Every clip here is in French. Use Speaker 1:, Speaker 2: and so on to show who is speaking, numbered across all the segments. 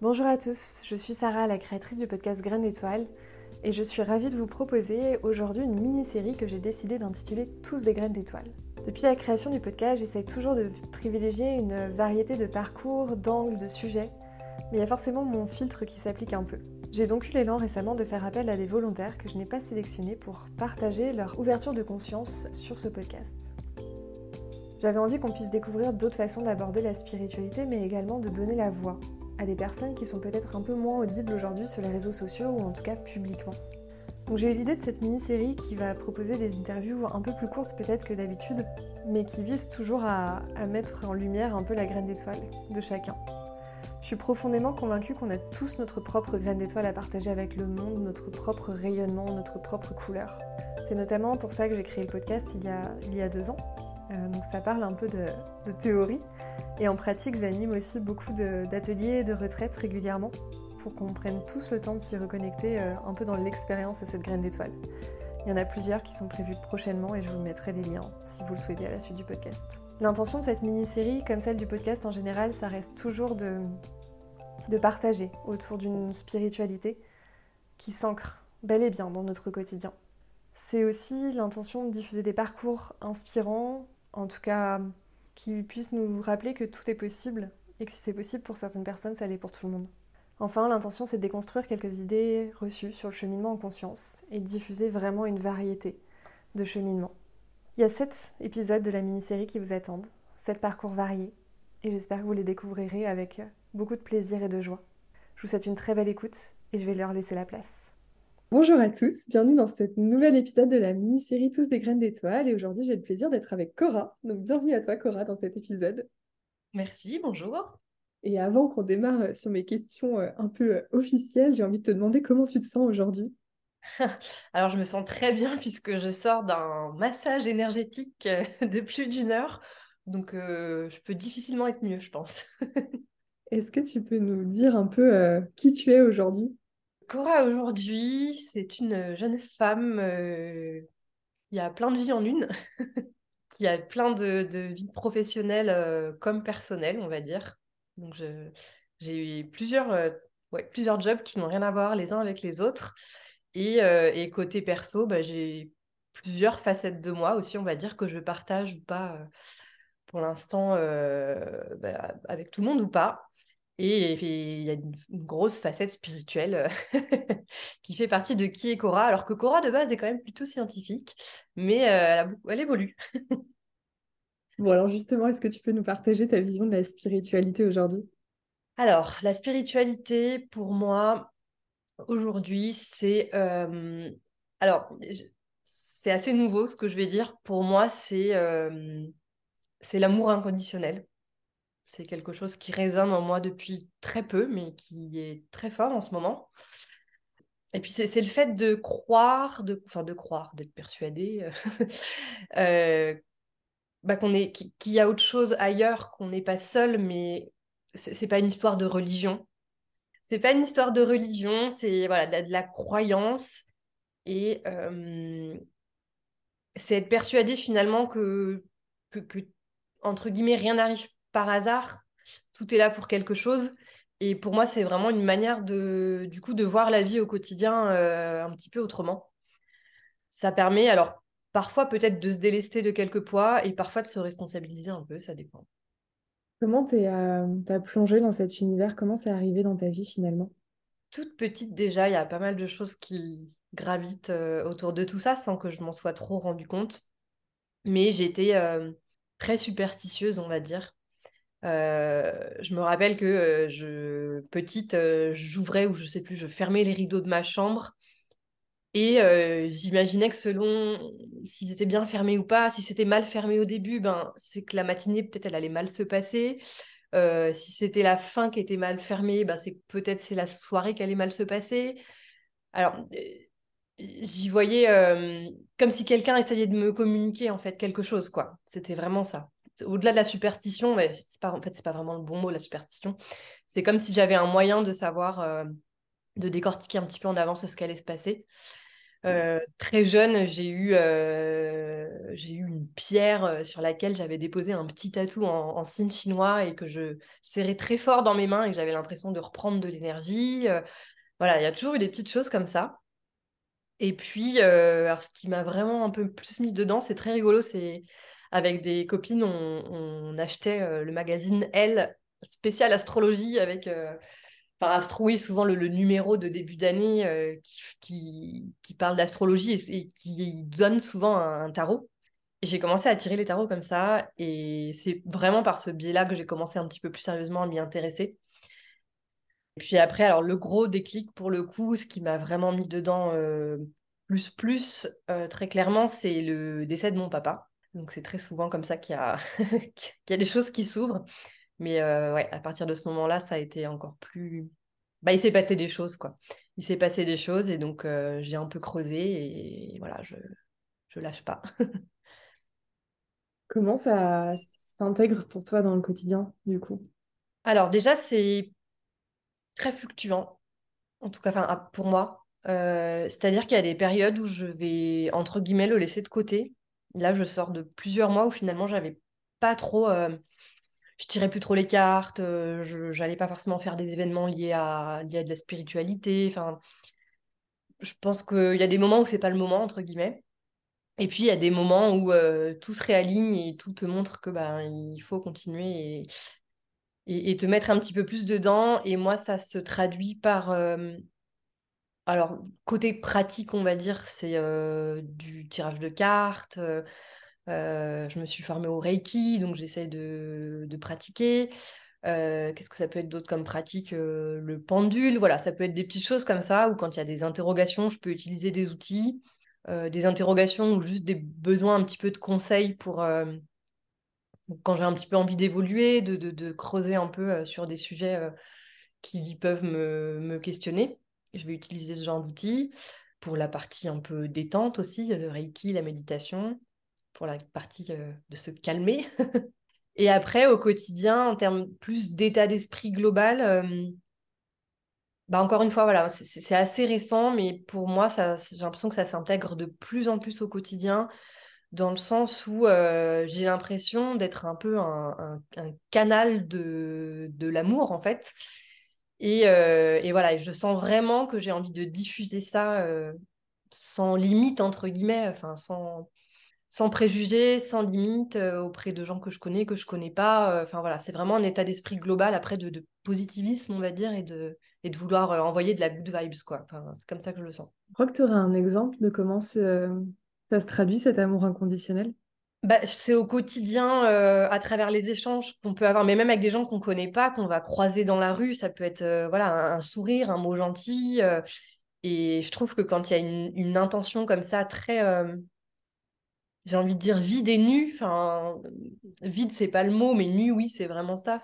Speaker 1: Bonjour à tous, je suis Sarah, la créatrice du podcast Graines d'étoiles, et je suis ravie de vous proposer aujourd'hui une mini-série que j'ai décidé d'intituler Tous des graines d'étoiles. Depuis la création du podcast, j'essaye toujours de privilégier une variété de parcours, d'angles, de sujets, mais il y a forcément mon filtre qui s'applique un peu. J'ai donc eu l'élan récemment de faire appel à des volontaires que je n'ai pas sélectionnés pour partager leur ouverture de conscience sur ce podcast. J'avais envie qu'on puisse découvrir d'autres façons d'aborder la spiritualité, mais également de donner la voix à des personnes qui sont peut-être un peu moins audibles aujourd'hui sur les réseaux sociaux ou en tout cas publiquement. Donc j'ai eu l'idée de cette mini-série qui va proposer des interviews un peu plus courtes peut-être que d'habitude, mais qui visent toujours à mettre en lumière un peu la graine d'étoile de chacun. Je suis profondément convaincue qu'on a tous notre propre graine d'étoile à partager avec le monde, notre propre rayonnement, notre propre couleur. C'est notamment pour ça que j'ai créé le podcast il y a 2 ans. Donc ça parle un peu de théorie. Et en pratique, j'anime aussi beaucoup d'ateliers et de retraites régulièrement pour qu'on prenne tous le temps de s'y reconnecter un peu dans l'expérience à cette graine d'étoile. Il y en a plusieurs qui sont prévues prochainement et je vous mettrai les liens si vous le souhaitez à la suite du podcast. L'intention de cette mini-série, comme celle du podcast en général, ça reste toujours de partager autour d'une spiritualité qui s'ancre bel et bien dans notre quotidien. C'est aussi l'intention de diffuser des parcours inspirants, en tout cas qui puissent nous rappeler que tout est possible et que si c'est possible pour certaines personnes, ça l'est pour tout le monde. Enfin, l'intention c'est de déconstruire quelques idées reçues sur le cheminement en conscience et de diffuser vraiment une variété de cheminements. Il y a 7 épisodes de la mini-série qui vous attendent, 7 parcours variés, et j'espère que vous les découvrirez avec beaucoup de plaisir et de joie. Je vous souhaite une très belle écoute et je vais leur laisser la place. Bonjour à tous, bienvenue dans ce nouvel épisode de la mini-série Tous des graines d'étoiles et aujourd'hui j'ai le plaisir d'être avec Cora. Donc bienvenue à toi Cora dans cet épisode.
Speaker 2: Merci, bonjour.
Speaker 1: Et avant qu'on démarre sur mes questions un peu officielles, j'ai envie de te demander comment tu te sens aujourd'hui.
Speaker 2: Alors, je me sens très bien puisque je sors d'un massage énergétique de plus d'1 heure. Donc, je peux difficilement être mieux, je pense.
Speaker 1: Est-ce que tu peux nous dire un peu qui tu es aujourd'hui?
Speaker 2: Cora, aujourd'hui, c'est une jeune femme qui a plein de vies en une, qui a plein de vies professionnelles comme personnelles, on va dire. Donc, j'ai eu plusieurs jobs qui n'ont rien à voir les uns avec les autres. Et côté perso, bah, j'ai plusieurs facettes de moi aussi, on va dire, que je partage ou pas pour l'instant avec tout le monde ou pas. Et il y a une grosse facette spirituelle qui fait partie de qui est Cora, alors que Cora de base est quand même plutôt scientifique, mais elle évolue.
Speaker 1: Bon alors justement, est-ce que tu peux nous partager ta vision de la spiritualité aujourd'hui?
Speaker 2: Alors, la spiritualité, pour moi, aujourd'hui, Alors, c'est assez nouveau ce que je vais dire. Pour moi, c'est l'amour inconditionnel. C'est quelque chose qui résonne en moi depuis très peu, mais qui est très fort en ce moment. Et puis, c'est le fait de croire, de croire, d'être persuadé euh, qu'il y a autre chose ailleurs, qu'on n'est pas seul, mais c'est pas une histoire de religion. C'est pas une histoire de religion, c'est voilà, de la croyance. Et c'est être persuadé finalement que, entre guillemets, rien n'arrive par hasard. Tout est là pour quelque chose. Et pour moi, c'est vraiment une manière du coup, de voir la vie au quotidien un petit peu autrement. Ça permet, alors, parfois peut-être de se délester de quelques poids et parfois de se responsabiliser un peu, ça dépend.
Speaker 1: Comment t'as plongé dans cet univers? Comment c'est arrivé dans ta vie finalement?
Speaker 2: Toute petite déjà, il y a pas mal de choses qui gravitent autour de tout ça sans que je m'en sois trop rendu compte. Mais j'étais très superstitieuse, on va dire. Je me rappelle que petite, j'ouvrais ou je sais plus, je fermais les rideaux de ma chambre et j'imaginais que selon s'ils étaient bien fermés ou pas, si c'était mal fermé au début, ben c'est que la matinée peut-être elle allait mal se passer. Si c'était la fin qui était mal fermée, ben c'est que peut-être c'est la soirée qui allait mal se passer. Alors j'y voyais comme si quelqu'un essayait de me communiquer en fait quelque chose quoi. C'était vraiment ça. Au-delà de la superstition, mais c'est pas vraiment le bon mot la superstition. C'est comme si j'avais un moyen de savoir, de décortiquer un petit peu en avance ce qu'allait se passer. Très jeune, j'ai eu une pierre sur laquelle j'avais déposé un petit tatou en signe chinois et que je serrais très fort dans mes mains et que j'avais l'impression de reprendre de l'énergie. Voilà, il y a toujours eu des petites choses comme ça. Et puis, alors, ce qui m'a vraiment un peu plus mis dedans, c'est très rigolo, c'est avec des copines, on achetait le magazine Elle, spécial astrologie, avec, enfin, Astro, oui, souvent le numéro de début d'année qui parle d'astrologie et qui donne souvent un tarot. Et j'ai commencé à tirer les tarots comme ça, et c'est vraiment par ce biais-là que j'ai commencé un petit peu plus sérieusement à m'y intéresser. Et puis après, alors le gros déclic pour le coup, ce qui m'a vraiment mis dedans très clairement, c'est le décès de mon papa. Donc c'est très souvent comme ça qu'il y a, qu'il y a des choses qui s'ouvrent. Mais ouais, à partir de ce moment-là, ça a été encore plus... Bah, il s'est passé des choses, quoi. Il s'est passé des choses et donc j'ai un peu creusé et voilà, je lâche pas.
Speaker 1: Comment ça s'intègre pour toi dans le quotidien, du coup?
Speaker 2: Alors déjà, c'est très fluctuant. En tout cas, enfin, pour moi. C'est-à-dire qu'il y a des périodes où je vais, entre guillemets, le laisser de côté. Là, je sors de plusieurs mois où finalement, j'avais pas trop. Je tirais plus trop les cartes, j'allais pas forcément faire des événements liés à de la spiritualité. Enfin, je pense qu'il y a des moments où c'est pas le moment, entre guillemets. Et puis, il y a des moments où tout se réaligne et tout te montre que ben, il faut continuer et te mettre un petit peu plus dedans. Et moi, ça se traduit par. Alors, côté pratique, on va dire, c'est du tirage de cartes. Je me suis formée au Reiki, donc j'essaie de pratiquer. Qu'est-ce que ça peut être d'autre comme pratique? Le pendule, voilà, ça peut être des petites choses comme ça, où quand il y a des interrogations, je peux utiliser des outils. Des interrogations ou juste des besoins un petit peu de conseils pour quand j'ai un petit peu envie d'évoluer, de creuser un peu sur des sujets qui peuvent me questionner. Je vais utiliser ce genre d'outils pour la partie un peu détente aussi, Reiki, la méditation, pour la partie de se calmer. Et après, au quotidien, en termes plus d'état d'esprit global, bah encore une fois, voilà, c'est assez récent, mais pour moi, j'ai l'impression que ça s'intègre de plus en plus au quotidien, dans le sens où j'ai l'impression d'être un peu un canal de l'amour, en fait. Et voilà, et je sens vraiment que j'ai envie de diffuser ça sans limite, entre guillemets, enfin, sans préjugés, sans limite, auprès de gens que je connais, que je connais pas. Enfin voilà, c'est vraiment un état d'esprit global après de positivisme, on va dire, et de vouloir envoyer de la good vibes, quoi. Enfin, c'est comme ça que je le sens.
Speaker 1: Je crois que tu aurais un exemple de comment ça se traduit, cet amour inconditionnel.
Speaker 2: Bah, c'est au quotidien, à travers les échanges qu'on peut avoir, mais même avec des gens qu'on connaît pas, qu'on va croiser dans la rue, ça peut être voilà, un sourire, un mot gentil. Et je trouve que quand il y a une intention comme ça, très, j'ai envie de dire vide et nu, enfin, vide, c'est pas le mot, mais nu, oui, c'est vraiment ça.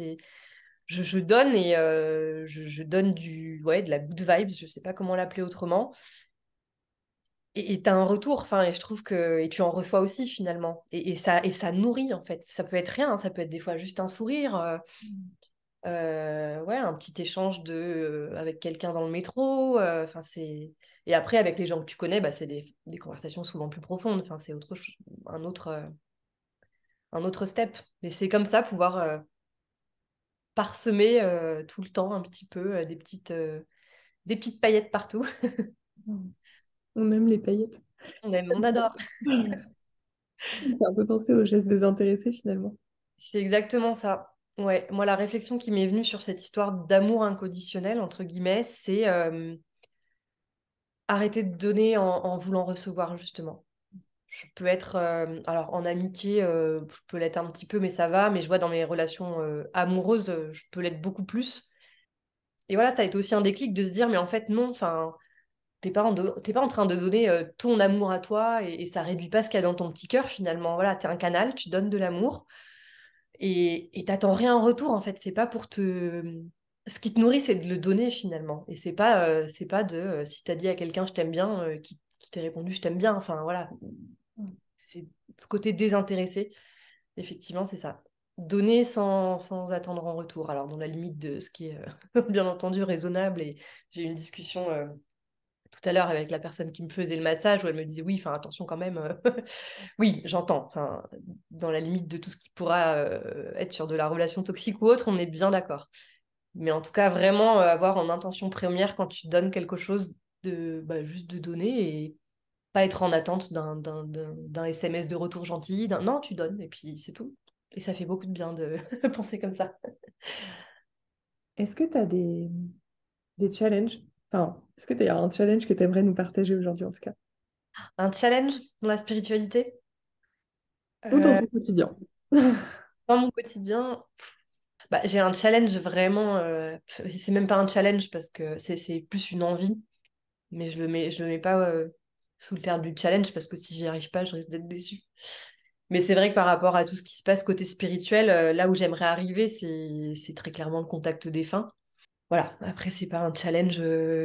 Speaker 2: Je donne et je donne ouais, de la good vibes, je sais pas comment l'appeler autrement. Et t'as un retour, enfin, et je trouve que et tu en reçois aussi finalement. Et ça nourrit en fait. Ça peut être rien, hein, ça peut être des fois juste un sourire, ouais, un petit échange avec quelqu'un dans le métro. Enfin, et après avec les gens que tu connais, bah, c'est des conversations souvent plus profondes. Enfin, c'est un autre, euh, un autre step. Mais c'est comme ça pouvoir parsemer tout le temps un petit peu des petites paillettes partout.
Speaker 1: On aime les paillettes.
Speaker 2: On adore.
Speaker 1: Ça me fait un peu penser au geste désintéressé finalement.
Speaker 2: C'est exactement ça. Ouais, moi, la réflexion qui m'est venue sur cette histoire d'amour inconditionnel, entre guillemets, c'est arrêter de donner en voulant recevoir, justement. Je peux être, alors en amitié, je peux l'être un petit peu, mais ça va, mais je vois dans mes relations amoureuses, je peux l'être beaucoup plus. Et voilà, ça a été aussi un déclic de se dire, mais en fait, non, enfin, t'es pas en train de donner ton amour à toi et ça réduit pas ce qu'il y a dans ton petit cœur, finalement. Voilà, t'es un canal, tu donnes de l'amour. Et t'attends rien en retour, en fait. C'est pas pour te... Ce qui te nourrit, c'est de le donner, finalement. Et c'est pas si t'as dit à quelqu'un je t'aime bien, qui t'ait répondu je t'aime bien. Enfin, voilà. C'est ce côté désintéressé. Effectivement, c'est ça. Donner sans attendre en retour. Alors, dans la limite de ce qui est, bien entendu, raisonnable. Et j'ai eu une discussion tout à l'heure avec la personne qui me faisait le massage, où elle me disait oui, enfin attention quand même. Oui, j'entends. Enfin, dans la limite de tout ce qui pourra être sur de la relation toxique ou autre, on est bien d'accord. Mais en tout cas, vraiment avoir en intention première quand tu donnes quelque chose de juste de donner et pas être en attente d'un SMS de retour gentil. Non, tu donnes et puis c'est tout. Et ça fait beaucoup de bien de penser comme ça.
Speaker 1: Est-ce que tu as des challenges? Enfin, est-ce que tu as un challenge que tu aimerais nous partager aujourd'hui en tout cas?
Speaker 2: Un challenge dans la spiritualité.
Speaker 1: Ou dans
Speaker 2: Euh,
Speaker 1: ton quotidien?
Speaker 2: Dans mon quotidien, j'ai un challenge vraiment. C'est même pas un challenge parce que c'est plus une envie, mais je le mets pas sous le terme du challenge parce que si j'y arrive pas, je risque d'être déçue. Mais c'est vrai que par rapport à tout ce qui se passe côté spirituel, là où j'aimerais arriver, c'est très clairement le contact défunt. Voilà, après, c'est pas un challenge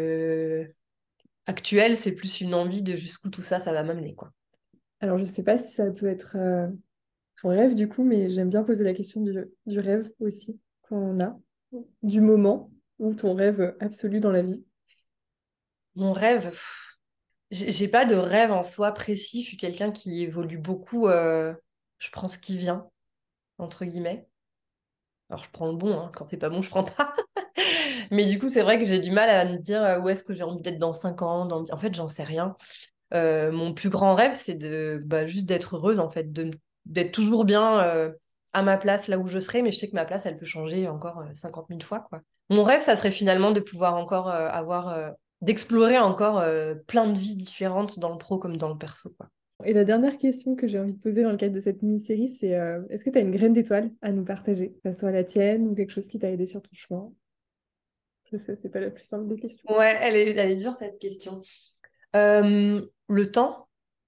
Speaker 2: actuel, c'est plus une envie de jusqu'où tout ça, ça va m'amener, quoi.
Speaker 1: Alors, je sais pas si ça peut être ton rêve du coup, mais j'aime bien poser la question du rêve aussi qu'on a, du moment ou ton rêve absolu dans la vie.
Speaker 2: Mon rêve, j'ai pas de rêve en soi précis, je suis quelqu'un qui évolue beaucoup, je prends ce qui vient, entre guillemets. Alors, je prends le bon, hein. Quand c'est pas bon, je prends pas. Mais du coup, c'est vrai que j'ai du mal à me dire où est-ce que j'ai envie d'être dans 5 ans. En fait, j'en sais rien. Mon plus grand rêve, c'est juste d'être heureuse, en fait, d'être toujours bien à ma place, là où je serai. Mais je sais que ma place, elle peut changer encore 50 000 fois, quoi. Mon rêve, ça serait finalement de pouvoir encore d'explorer encore plein de vies différentes dans le pro comme dans le perso, quoi.
Speaker 1: Et la dernière question que j'ai envie de poser dans le cadre de cette mini-série, c'est est-ce que tu as une graine d'étoile à nous partager, que ce soit la tienne ou quelque chose qui t'a aidé sur ton chemin? Je sais, c'est pas la plus simple des questions.
Speaker 2: Ouais, elle est dure cette question. Le temps,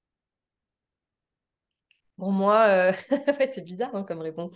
Speaker 2: pour moi, ouais, c'est bizarre hein, comme réponse.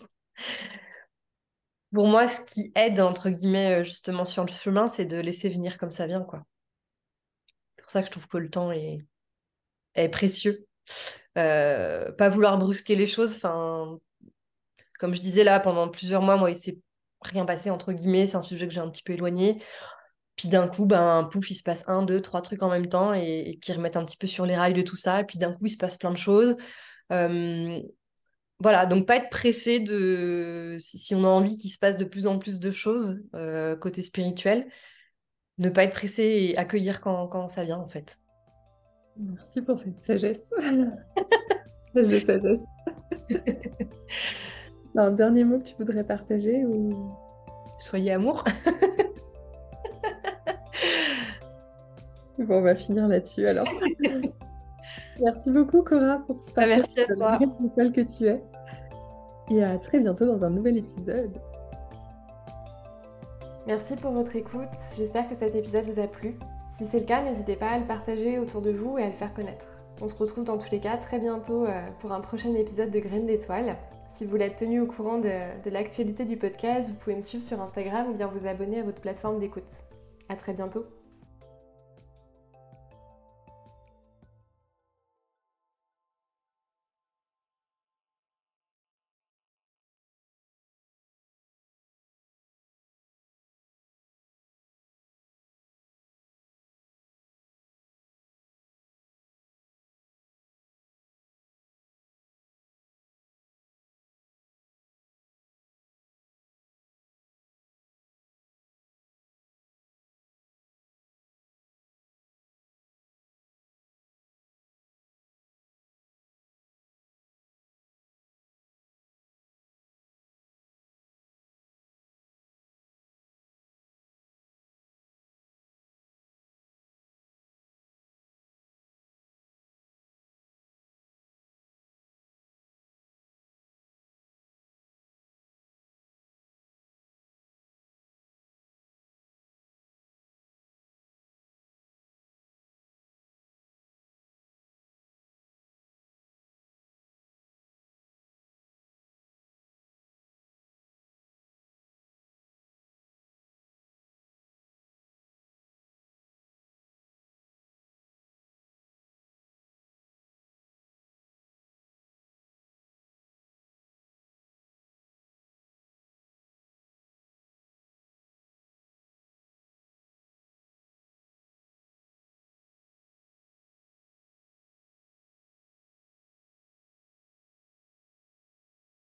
Speaker 2: Pour moi, ce qui aide, entre guillemets, justement sur le chemin, c'est de laisser venir comme ça vient, quoi. C'est pour ça que je trouve que le temps est précieux. Pas vouloir brusquer les choses. Enfin, comme je disais là, pendant plusieurs mois, moi, il s'est rien passé, entre guillemets. C'est un sujet que j'ai un petit peu éloigné. Puis d'un coup, ben, pouf, il se passe un, deux, trois trucs en même temps et qui remettent un petit peu sur les rails de tout ça. Et puis d'un coup, il se passe plein de choses. Euh, voilà, donc pas être pressé si on a envie qu'il se passe de plus en plus de choses côté spirituel, ne pas être pressé et accueillir quand ça vient en fait.
Speaker 1: Merci pour cette sagesse. Tâche de sagesse. Un dernier mot que tu voudrais partager ou...
Speaker 2: Soyez amour.
Speaker 1: Bon, on va finir là-dessus alors. Merci beaucoup Cora pour ce partage
Speaker 2: Merci à
Speaker 1: de la
Speaker 2: toi.
Speaker 1: graine d'étoile que tu es. Et à très bientôt dans un nouvel épisode. Merci pour votre écoute. J'espère que cet épisode vous a plu. Si c'est le cas, n'hésitez pas à le partager autour de vous et à le faire connaître. On se retrouve dans tous les cas très bientôt pour un prochain épisode de Graines d'étoiles. Si vous voulez être tenu au courant de l'actualité du podcast, vous pouvez me suivre sur Instagram ou bien vous abonner à votre plateforme d'écoute. À très bientôt.